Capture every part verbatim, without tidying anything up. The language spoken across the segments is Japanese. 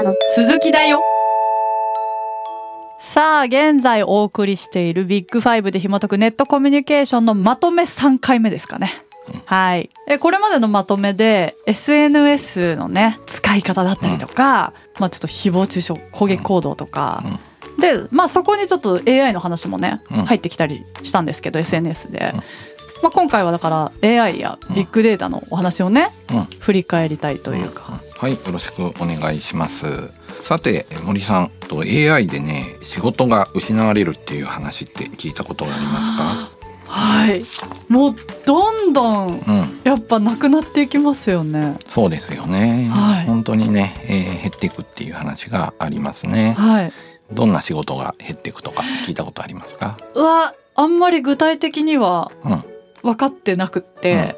の鈴木だよ。さあ現在お送りしているビッグファイブで紐解くネットコミュニケーションのまとめさんかいめですかね。はい、えこれまでのまとめで エスエヌエス のね使い方だったりとか、うん、まあちょっと誹謗中傷攻撃行動とか、うん、でまあそこにちょっと エーアイ の話もね、うん、入ってきたりしたんですけど エスエヌエス で、うん、まあ、今回はだから エーアイ やビッグデータのお話をね、うん、振り返りたいというか、 うんうん、はい、よろしくお願いします。さて森さんと エーアイ でね仕事が失われるっていう話って聞いたことがありますか？ はい、もうどんどんやっぱなくなっていきますよね、うん、 そうですよね、はい、本当にね、えー、減っていくっていう話がありますね、はい、どんな仕事が減っていくとか聞いたことありますか？ うわ、あんまり具体的には分かってなくって、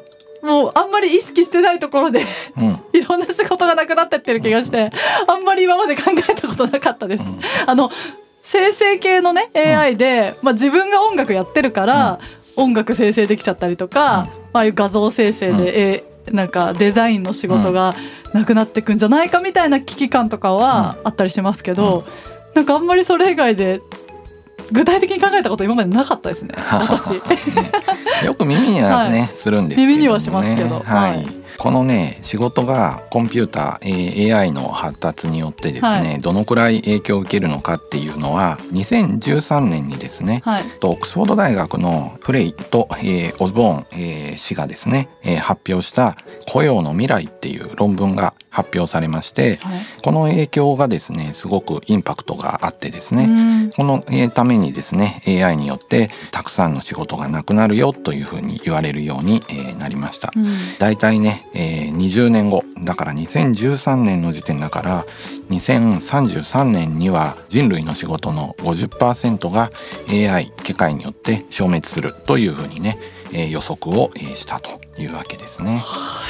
うん、もうあんまり意識してないところで、うん、いろんな仕事がなくなってってる気がして、うん、あんまり今まで考えたことなかったです、うん、あの生成系のね エーアイ で、うん、まあ、自分が音楽やってるから、うん、音楽生成できちゃったりとか、うん、ああいう画像生成で、うん、なんかデザインの仕事がなくなってくんじゃないかみたいな危機感とかはあったりしますけど、うん、なんかあんまりそれ以外で具体的に考えたこと今までなかったですね私よく耳にはね、はい、するんですけどもね、 耳にはしますけど、 はいはい、このね仕事がコンピューター、えー、エーアイ の発達によってですね、はい、どのくらい影響を受けるのかっていうのはにせんじゅうさんねんにですね、はい、とオックスフォード大学のフレイと、えー、オズボーン、えー、氏がですね、えー、発表した雇用の未来っていう論文が発表されまして、はい、この影響がですねすごくインパクトがあってですね、この、えー、ためにですね エーアイ によってたくさんの仕事がなくなるよというふうに言われるように、えー、なりました、うん、だいたいね、えー、にじゅうねんごだからにせんじゅうさんねんの時点だからにせんさんじゅうさんねんには人類の仕事の ごじゅっパーセント が エーアイ 機械によって消滅するというふうにね、えー、予測を、えー、したというわけですね、はい、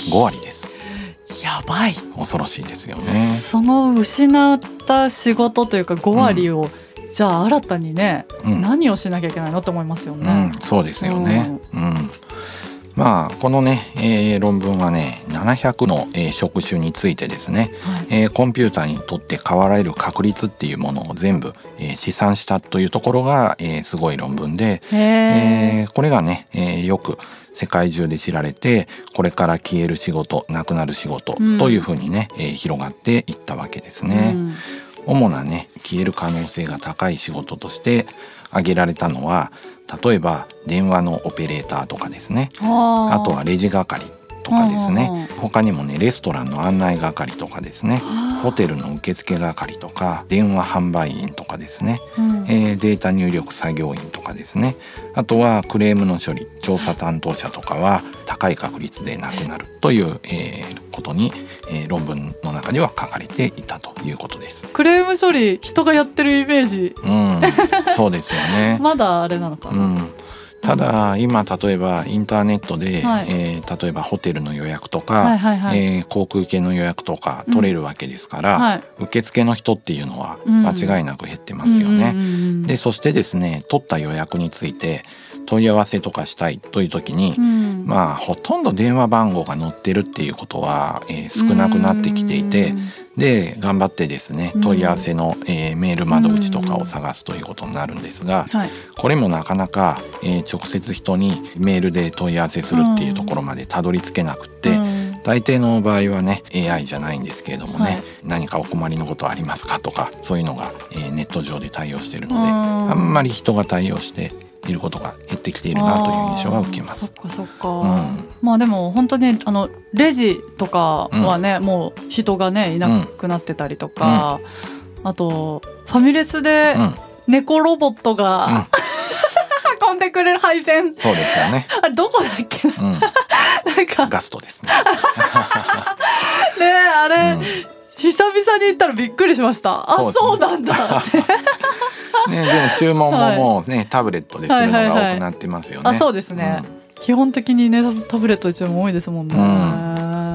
ごわりです。 やばい、 恐ろしいですよね。 その失った仕事というかごわりを、うん、じゃあ新たにね、うん、何をしなきゃいけないのと思いますよね、 うん、そうですよね、うんうん、まあこのね、えー、論文はねななひゃくの、えー、職種についてですね、はい、えー、コンピューターにとって変わられる確率っていうものを全部、えー、試算したというところが、えー、すごい論文で、えー、これがね、えー、よく世界中で知られてこれから消える仕事なくなる仕事というふうにね、うん、えー、広がっていったわけですね、うん、主なね消える可能性が高い仕事として挙げられたのは例えば電話のオペレーターとかですね、 あ, あとはレジ係とかですね、他にもねレストランの案内係とかですね、ホテルの受付係とか電話販売員とかですね、うん、えー、データ入力作業員とかですね、あとはクレームの処理調査担当者とかは高い確率でなくなるという、えー、ことに、えー、論文の中では書かれていたということです。 クレーム処理人がやってるイメージ、 うん、そうですよねまだあれなのかな、うん、 ただ今例えばインターネットで、はい、えー、例えばホテルの予約とか、はいはいはい、えー、航空系の予約とか取れるわけですから、うん、はい、受付の人っていうのは間違いなく減ってますよね、うんうんうんうん、でそしてですね取った予約について問い合わせとかしたいという時に、うん、まあほとんど電話番号が載ってるっていうことは、えー、少なくなってきていて、で頑張ってですね問い合わせの、えー、メール窓口とかを探すということになるんですが、はい、これもなかなか、えー、直接人にメールで問い合わせするっていうところまでたどり着けなくって、うん、大抵の場合はね エーアイ じゃないんですけれどもね、はい、何かお困りのことありますかとかそういうのが、えー、ネット上で対応しているので、あんまり人が対応していることが減ってきているなという印象が受けます。 そっかそっか、うん、まあでも本当にあのレジとかはね、うん、もう人がねいなくなってたりとか、うん、あとファミレスで猫ロボットが、うん、運んでくれる配膳、 そうですよね、 あれどこだっけな、うん、なんかガストですねねえあれ、うん、久々に行ったらびっくりしました。あ、そう、そうなんだってね、でも注文ももうね、はい、タブレットでするのが多くなってますよね、はいはいはい、 あ、そうですね、うん、基本的にねタブレットで注文多いですもんね、うん、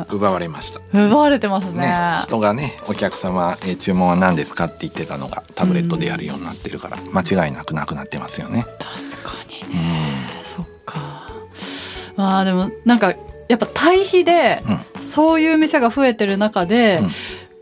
奪われました。 奪われてます ね, ね人がねお客様、えー、注文は何ですかって言ってたのがタブレットでやるようになってるから、うん、間違いなくなくなってますよね。 確かにね、うん、そっか。まあでもなんかやっぱ対比で、うん、そういう店が増えてる中で、うん、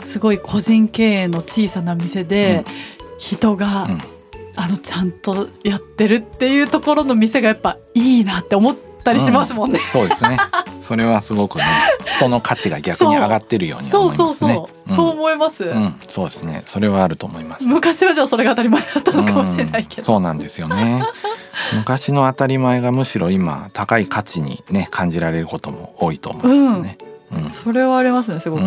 すごい個人経営の小さな店で人が、うん、あのちゃんとやってるっていうところの店がやっぱいいなって思ったりしますもんね、うん、 そうですね。それはすごくね人の価値が逆に上がってるように思いますね。そうそうそう、 うん、そう思います、 うん、そうですね。それはあると思います。 昔はじゃあそれが当たり前だったのかもしれないけど、 うん、そうなんですよね。昔の当たり前がむしろ今高い価値にね感じられることも多いと思いますね、 うんうん、それはありますねすごく、うん、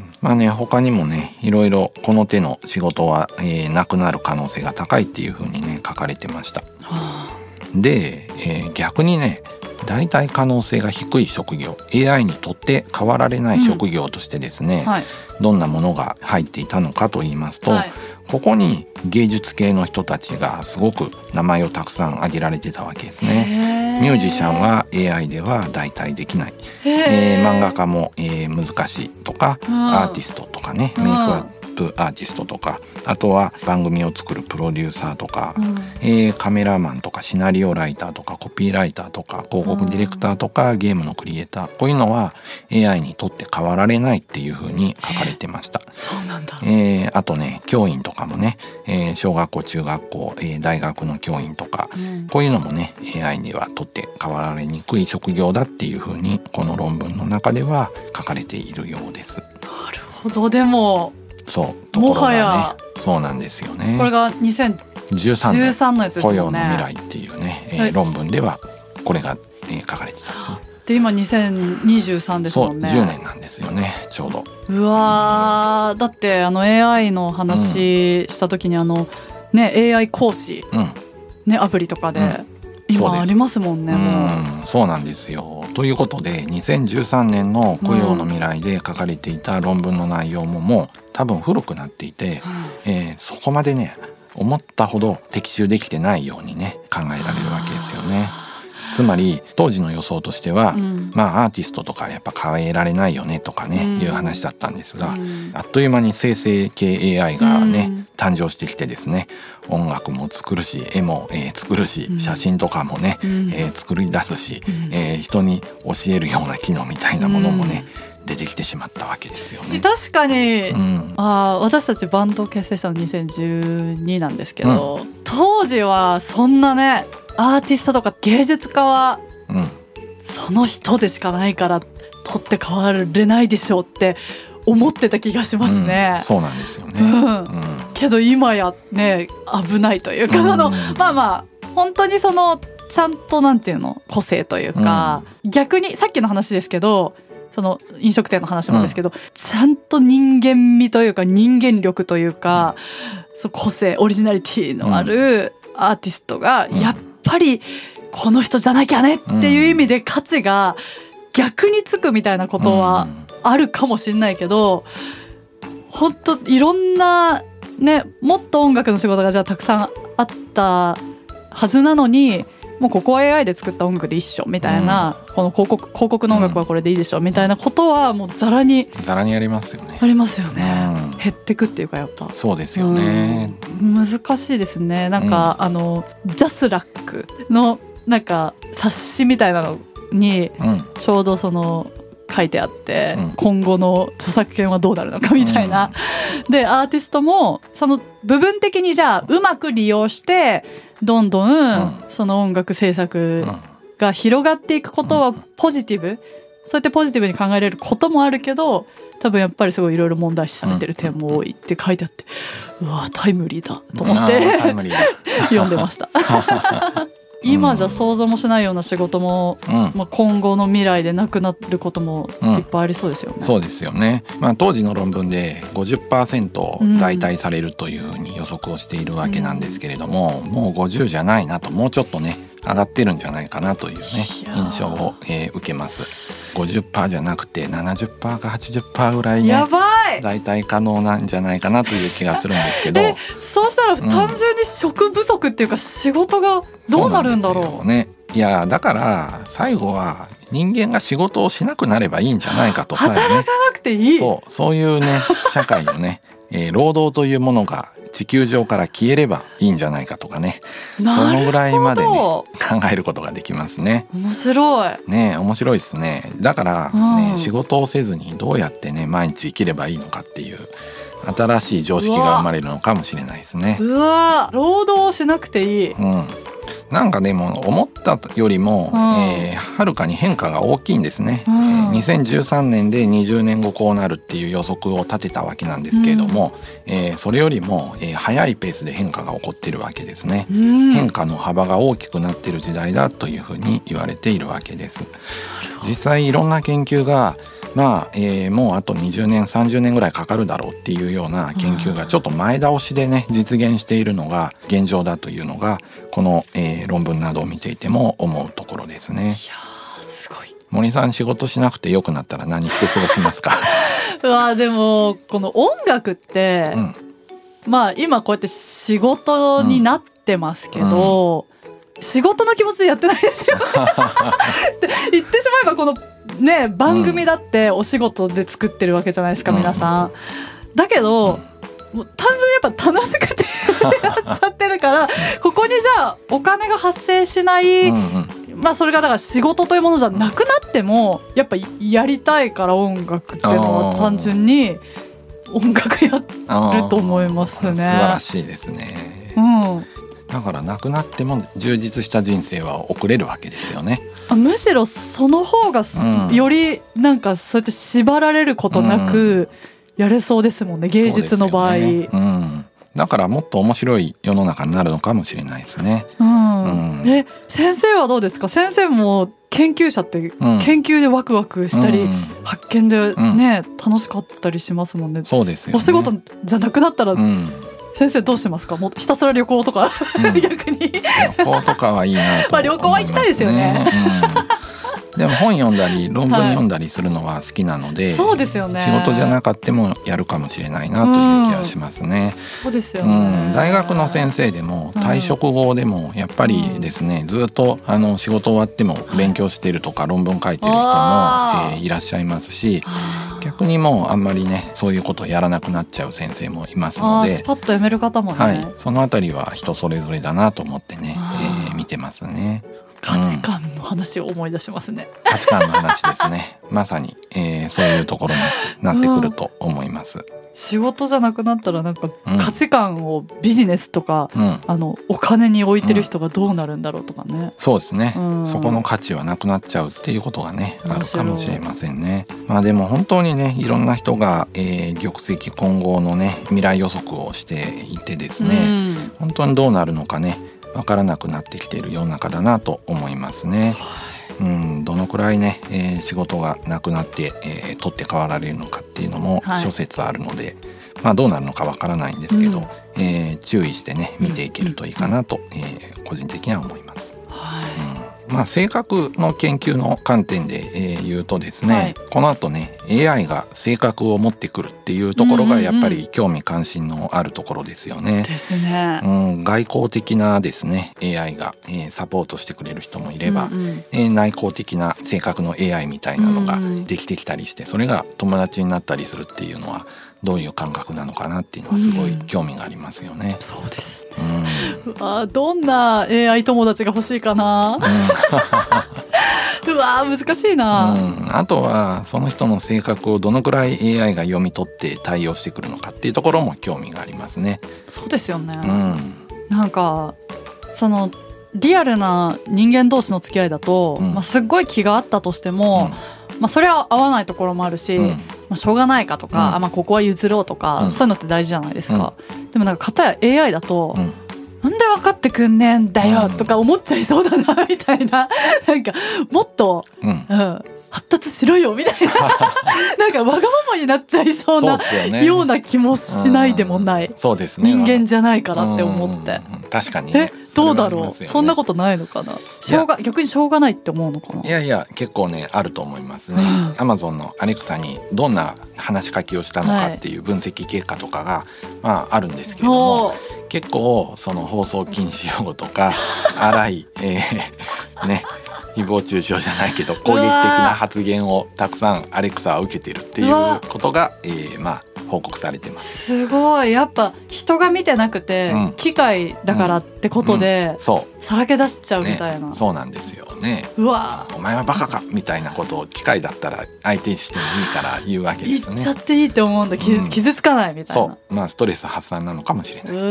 まあね他にもねいろいろこの手の仕事は、えー、なくなる可能性が高いっていうふうにね書かれてました、はあ、で、えー、逆にね代替可能性が低い職業 エーアイ にとって変わられない職業としてですね、うんはい、どんなものが入っていたのかと言いますと、はい、ここに芸術系の人たちがすごく名前をたくさん挙げられてたわけですね。ミュージシャンは エーアイ では代替できない、えー、漫画家も、えー、難しいとか、うん、アーティストとかね、メイクアップアーティストとか、あとは番組を作るプロデューサーとか、うんえー、カメラマンとかシナリオライターとかコピーライターとか広告ディレクターとか、うん、ゲームのクリエイター、こういうのは エーアイ にとって変わられないっていうふうに書かれてました。 そうなんだ。 えー、あとね教員とかもね、えー、小学校中学校、えー、大学の教員とか、うん、こういうのもね エーアイ にはとって変わられにくい職業だっていうふうにこの論文の中では書かれているようです。 なるほど。でもそうところがね、もはやそうなんですよね。 これがにせんじゅうさんねんのやつですもんね。雇用の未来っていうね、えー、論文ではこれが、えー、書かれてた。 で今にせんにじゅうさんですもんね。 そうじゅうねんなんですよねちょうど。 うわー、だってあの エーアイ の話した時にあの、うん、ね エーアイ 講師、うんね、アプリとかで、うん、今ありますもんね。もう、 うん、そうなんですよ。ということでにせんじゅうさんねんの雇用の未来で書かれていた論文の内容ももう多分古くなっていて、うんえー、そこまでね思ったほど的中できてないようにね考えられるわけですよね。つまり当時の予想としては、うん、まあアーティストとかやっぱ変えられないよねとかね、うん、いう話だったんですが、うん、あっという間に生成系 エーアイ がね、うん、誕生してきてですね、音楽も作るし絵も、えー、作るし、うん、写真とかもね、うんえー、作り出すし、うんえー、人に教えるような機能みたいなものもね、うん、出てきてしまったわけですよね。 確かに、うん、あ私たちバンドを結成したのにせんじゅうになんですけど、うん、当時はそんなねアーティストとか芸術家は、うん、その人でしかないから取って変われないでしょうって思ってた気がしますね、 うん、そうなんですよね、 うんうん、けど今やね危ないというか、うん、そのまあまあ本当にそのちゃんとなんていうの個性というか、うん、逆にさっきの話ですけどその飲食店の話もですけど、うん、ちゃんと人間味というか人間力というか、うん、そう個性オリジナリティのあるアーティストがやっやっぱりこの人じゃなきゃねっていう意味で価値が逆につくみたいなことはあるかもしれないけど、本当いろんなねもっと音楽の仕事がじゃあたくさんあったはずなのにもうここは エーアイ で作った音楽でいいっしょみたいな、うん、この広告広告の音楽はこれでいいでしょみたいなことはもうざらにざらにありますよね。 ありますよね、うん、減ってくっていうかやっぱそうですよね、 うん、難しいですね。なんか、うん、あのジャスラックのなんか冊子みたいなのにちょうどその書いてあって、うん、今後の著作権はどうなるのかみたいな、うん、でアーティストもその部分的にじゃあうまく利用してどんどんその音楽制作が広がっていくことはポジティブ、そうやってポジティブに考えれることもあるけど多分やっぱりすごいいろいろ問題視されてる点も多いって書いてあって、うわタイムリーだと思って読んでました今じゃ想像もしないような仕事も、うんまあ、今後の未来でなくなることもいっぱいありそうですよね、うん、 そうですよね、まあ、当時の論文で ごじゅっパーセント 代替されるというふうに予測をしているわけなんですけれども、うん、もうごじゅうじゃないなと、もうちょっとね上がってるんじゃないかなというね印象を、えー、受けます。 ごじゅっパーセント じゃなくて ななじゅっパーセント か はちじゅっパーセント ぐらいねやばい代替可能なんじゃないかなという気がするんですけどそうしたら単純に職不足っていうか仕事がどうなるんだろう、 そうなんですよね。 いやだから最後は人間が仕事をしなくなればいいんじゃないかとさえね、 働かなくていい、 そうそういうね社会をね、えー、労働というものが地球上から消えればいいんじゃないかとかね、そのぐらいまでね考えることができますね。 面白いね、面白いですね。だからね、うん、仕事をせずにどうやってね毎日生きればいいのかっていう新しい常識が生まれるのかもしれないですね。 うわ、労働しなくていい、 うん、なんかでも思ったよりも、うんえー、はるかに変化が大きいんですね、うんえー、にせんじゅうさんねんでにじゅうねんごこうなるっていう予測を立てたわけなんですけれども、うんえー、それよりも、えー、早いペースで変化が起こっているわけですね、うん、変化の幅が大きくなっている時代だというふうに言われているわけです。実際いろんな研究がまあえー、もうあとにじゅうねんさんじゅうねんぐらいかかるだろうっていうような研究がちょっと前倒しでね実現しているのが現状だというのがこの、えー、論文などを見ていても思うところですね。いやすごい。 森さん仕事しなくてよくなったら何して過ごしますか？ うわでもこの音楽って、うん、まあ今こうやって仕事になってますけど、うん、仕事の気持ちでやってないですよって言ってしまえばこのね、番組だってお仕事で作ってるわけじゃないですか、うん、皆さん。だけど、うん、もう単純にやっぱ楽しくてやっちゃってるからここにじゃあお金が発生しない、うんうん、まあそれがだから仕事というものじゃなくなってもやっぱやりたいから音楽っていうのは単純に音楽やると思いますね。 素晴らしいですね、うん、だからなくなっても充実した人生は送れるわけですよね。 むしろその方が、うん、よりなんかそうやって縛られることなくやれそうですもんね、うん、芸術の場合、ねうん、だからもっと面白い世の中になるのかもしれないですね、 うんうん、え先生はどうですか？先生も研究者って研究でワクワクしたり、うん、発見でね、うん、楽しかったりしますもんね。 そうですよね。 お仕事じゃなくなったら、うん先生どうしてますか？もうひたすら旅行とか、うん、逆に旅行とかはいいなと思いますね。まあ旅行は行きたいですよね、うん、でも本読んだり論文読んだりするのは好きなので、はい、そうですよね。仕事じゃなかったもやるかもしれないなという気がしますね、 うん、そうですよね、 うん、大学の先生でも退職後でもやっぱりですね、うん、ずっとあの仕事終わっても勉強しているとか論文書いてる人も、えー、いらっしゃいますし、逆にもうあんまりねそういうことをやらなくなっちゃう先生もいますので、 あスパッとやめる方もね、 はい、そのあたりは人それぞれだなと思ってね、えー、見てますね。 価値観の話を思い出しますね、 うん、価値観の話ですねまさに、えー、そういうところになってくると思います、うん、 仕事じゃなくなったらなんか価値観をビジネスとか、うん、あのお金に置いてる人がどうなるんだろうとかね、うん、 そうですね、うん、そこの価値はなくなっちゃうっていうことがねあるかもしれませんね。まあでも本当にねいろんな人が、えー、玉石混合のね未来予測をしていてですね、うん、本当にどうなるのかね分からなくなってきている世の中だなと思いますね、はいうん、どのくらいね、えー、仕事がなくなって、えー、取って代わられるのかっていうのも諸説あるので、はいまあ、どうなるのか分からないんですけど、うんえー、注意してね見ていけるといいかなと、うんえー、個人的には思います、はいうんまあ、性格の研究の観点で、えー、言うとですね、はい、この後ね エーアイ が性格を持ってくるっていうところがやっぱり興味関心のあるところですよね。 ですね、 うん、外交的なですね エーアイ が、えー、サポートしてくれる人もいれば、うんうんえー、内向的な性格の エーアイ みたいなのができてきたりして、それが友達になったりするっていうのはどういう感覚なのかなっていうのはすごい興味がありますよね、 うん、そうですね、うん、うわどんな エーアイ 友達が欲しいかな、うん、うわ難しいな、 うん、あとはその人の性格をどのくらい エーアイ が読み取って対応してくるのかっていうところも興味がありますね。 そうですよね、うん、なんかそのリアルな人間同士の付き合いだと、うんまあ、すっごい気があったとしても、うんまあ、それは合わないところもあるし、うんまあ、しょうがないかとか、うんあまあ、ここは譲ろうとか、うん、そういうのって大事じゃないですか、うん、でもなんか片や エーアイ だと、うん、なんで分かってくんねんだよとか思っちゃいそうだなみたいななんかもっと、うんうん、 発達しろよみたいななんかわがままになっちゃいそうなそう、ね、ような気もしないでもない、 うん、そうですね、 人間じゃないからって思って、 うん、確かに、ね、 えどうだろう そ,、ね、そんなことないのかな、しょうが逆にしょうがないって思うのかな。 いやいや結構ねあると思いますね、うん、Amazon のアレクサにどんな話し書きをしたのかっていう分析結果とかが、まあ、あるんですけれども、結構その放送禁止用語とか荒い、えー、ね誹謗中傷じゃないけど攻撃的な発言をたくさんアレクサは受けてるっていうことが、えー、まあ報告されてます。 すごいやっぱ人が見てなくて、うん、機械だからってことで、うんうん、そうさらけ出しちゃうみたいな、 ね、そうなんですよね。 うわお前はバカかみたいなことを機械だったら相手にしてもいいから言うわけですね。 言っちゃっていいと思うんだ、傷、うん、傷つかないみたいな。 そうまあストレス発散なのかもしれない。う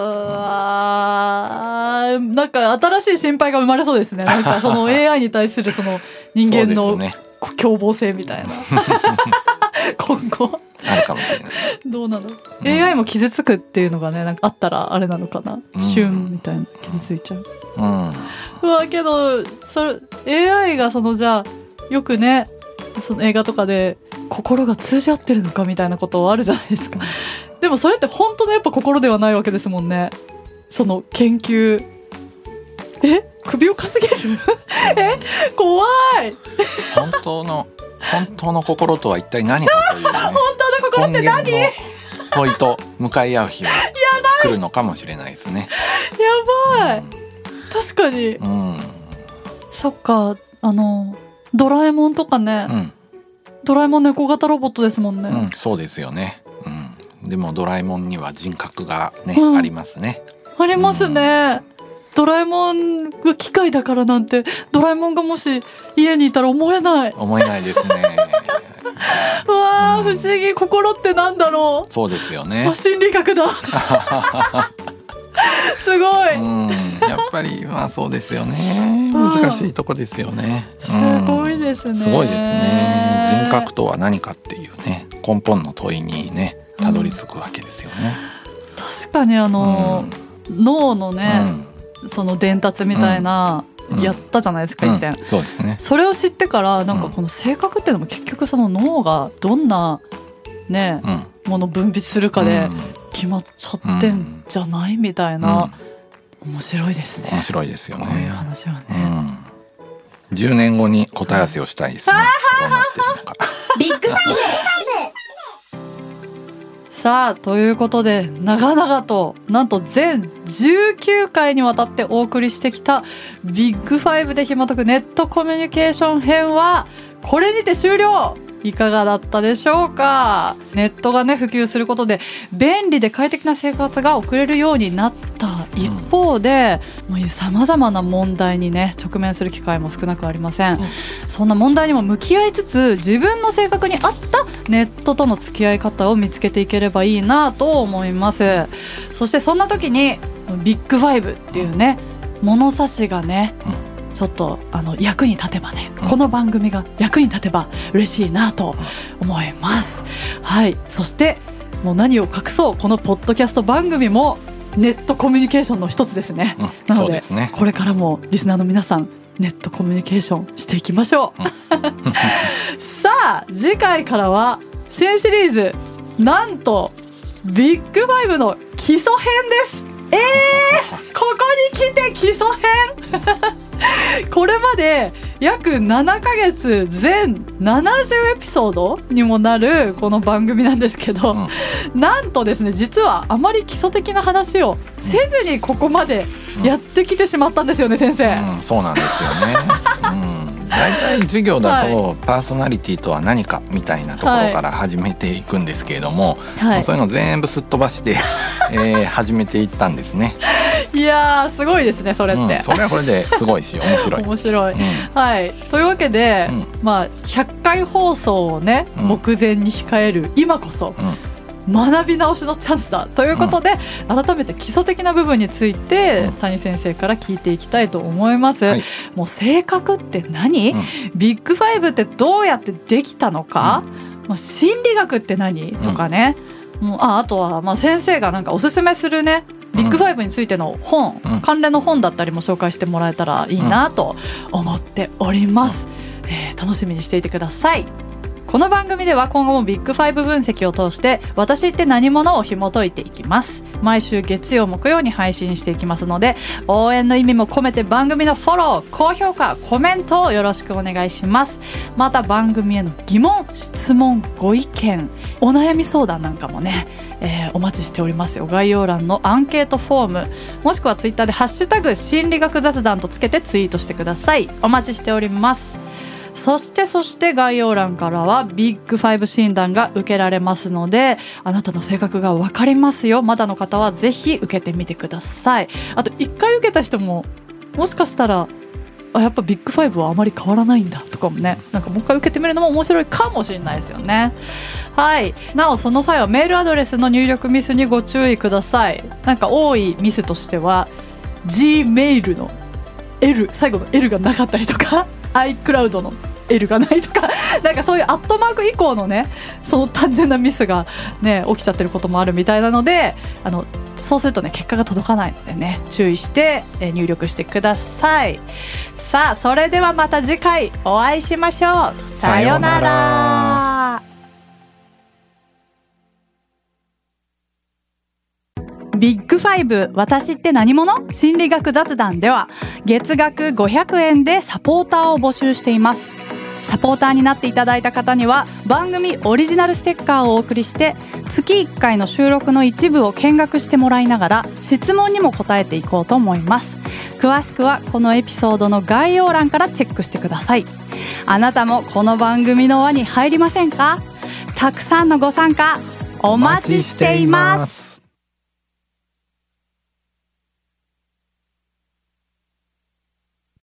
わ、うん、なんか新しい心配が生まれそうですね。なんかその エーアイ に対するその人間の凶暴性みたいな今後あるかもしれない。 どうなの、うん、エーアイ も傷つくっていうのがねなんかあったらあれなのかな、うん、シュンみたいな傷ついちゃう、うん、うわけどそれ エーアイ がそのじゃあよくねその映画とかで心が通じ合ってるのかみたいなことあるじゃないですか、うん、でもそれって本当のやっぱ心ではないわけですもんね。その研究え首をかしげるえ怖い本当の本当の心とは一体何かという、ね、 本当の心って何？ 根源の問いと向かい合う日が来るのかもしれないですね。 やばい、うん、確かに、うん、そっかあのドラえもんとかね、うん、ドラえもん猫型ロボットですもんね、 うん、そうですよね、うん、でもドラえもんには人格がね、うん、ありますね。 ありますね、うんドラえもんが機械だからなんてドラえもんがもし家にいたら思えない思えないですねうわー、うん、不思議心ってなんだろう。 そうですよね心理学だすごい、 うん、やっぱりまあそうですよね難しいとこですよね、 うん、すごいですねすごいですね。人格とは何かっていうね根本の問いにねたどり着くわけですよね、 うん、確かにあの、うん、脳のね、うんその伝達みたいな、うん、やったじゃないですか以前、うん、 そうですね。 それを知ってからなんかこの性格っていうのも結局その脳がどんなね、うん、ものを分泌するかで決まっちゃってんじゃないみたいな、うん、面白いですね。 面白いですよね。 こういう話はね、うん、 じゅうねんごに答え合わせをしたいですね、どうなってるのかビッグファイブさあということで長々となんと全じゅうきゅうかいにわたってお送りしてきたビッグファイブで紐解くネットコミュニケーション編はこれにて終了。いかがだったでしょうか。ネットがね普及することで便利で快適な生活が送れるようになった一方でさまざまな問題にね直面する機会も少なくありません、うん、そんな問題にも向き合いつつ自分の性格に合ったネットとの付き合い方を見つけていければいいなと思います。そしてそんな時にビッグファイブっていうね物差しがね、うんちょっとあの役に立てばね、うん、この番組が役に立てば嬉しいなと思います、うん、はいそしてもう何を隠そうこのポッドキャスト番組もネットコミュニケーションの一つですね、うん、なの で, で、ね、これからもリスナーの皆さんネットコミュニケーションしていきましょう、うん、さあ次回からは新シリーズなんとビッグファイブの基礎編です。えー、ここに来て基礎編これまで約ななかげつ全ななじゅうエピソードにもなるこの番組なんですけど、うん、なんとですね実はあまり基礎的な話をせずにここまでやってきてしまったんですよね、先生、 うん、そうなんですよね、うん、だいたい授業だとパーソナリティとは何かみたいなところから始めていくんですけれども、はい、そういうの全部すっ飛ばして、えー、始めていったんですね。 いやーすごいですねそれって、うん、 それはこれですごいし面白い面白い、うん、はいというわけで、うん、まあひゃっかい放送をね、うん、目前に控える今こそ、うん、学び直しのチャンスだということで、うん、改めて基礎的な部分について、うん、谷先生から聞いていきたいと思います、はい、もう性格って何、うん、ビッグファイブってどうやってできたのか、うんまあ、心理学って何、うん、とかねもう あ, あとはまあ先生がなんかおすすめするねビッグファイブについての本、うん、関連の本だったりも紹介してもらえたらいいなと思っております、 えー、楽しみにしていてください。この番組では今後もビッグファイブ分析を通して私って何者を紐解いていきます。毎週月曜木曜に配信していきますので、応援の意味も込めて番組のフォロー、高評価、コメントをよろしくお願いします。また番組への疑問、質問、ご意見、お悩み相談なんかもね、えー、お待ちしておりますよ。概要欄のアンケートフォーム、もしくはツイッターでハッシュタグ心理学雑談とつけてツイートしてください。お待ちしております。そしてそして概要欄からはビッグファイブ診断が受けられますので、あなたの性格が分かりますよ。まだの方はぜひ受けてみてください。あといっかい受けた人ももしかしたらあやっぱビッグファイブはあまり変わらないんだとかもね、なんかもう一回受けてみるのも面白いかもしれないですよね。はい。なおその際はメールアドレスの入力ミスにご注意ください。なんか多いミスとしては Gmail の L 最後の L がなかったりとかiCloud の L がないとか、なんかそういうアットマーク以降のね、その単純なミスがね起きちゃってることもあるみたいなので、あのそうするとね結果が届かないのでね、注意して入力してください。さあそれではまた次回お会いしましょう。さようなら。ビッグファイブ私って何者？心理学雑談では月額ごひゃくえんでサポーターを募集しています。サポーターになっていただいた方には番組オリジナルステッカーをお送りして、月いっかいの収録の一部を見学してもらいながら質問にも答えていこうと思います。詳しくはこのエピソードの概要欄からチェックしてください。あなたもこの番組の輪に入りませんか？たくさんのご参加お待ちしています。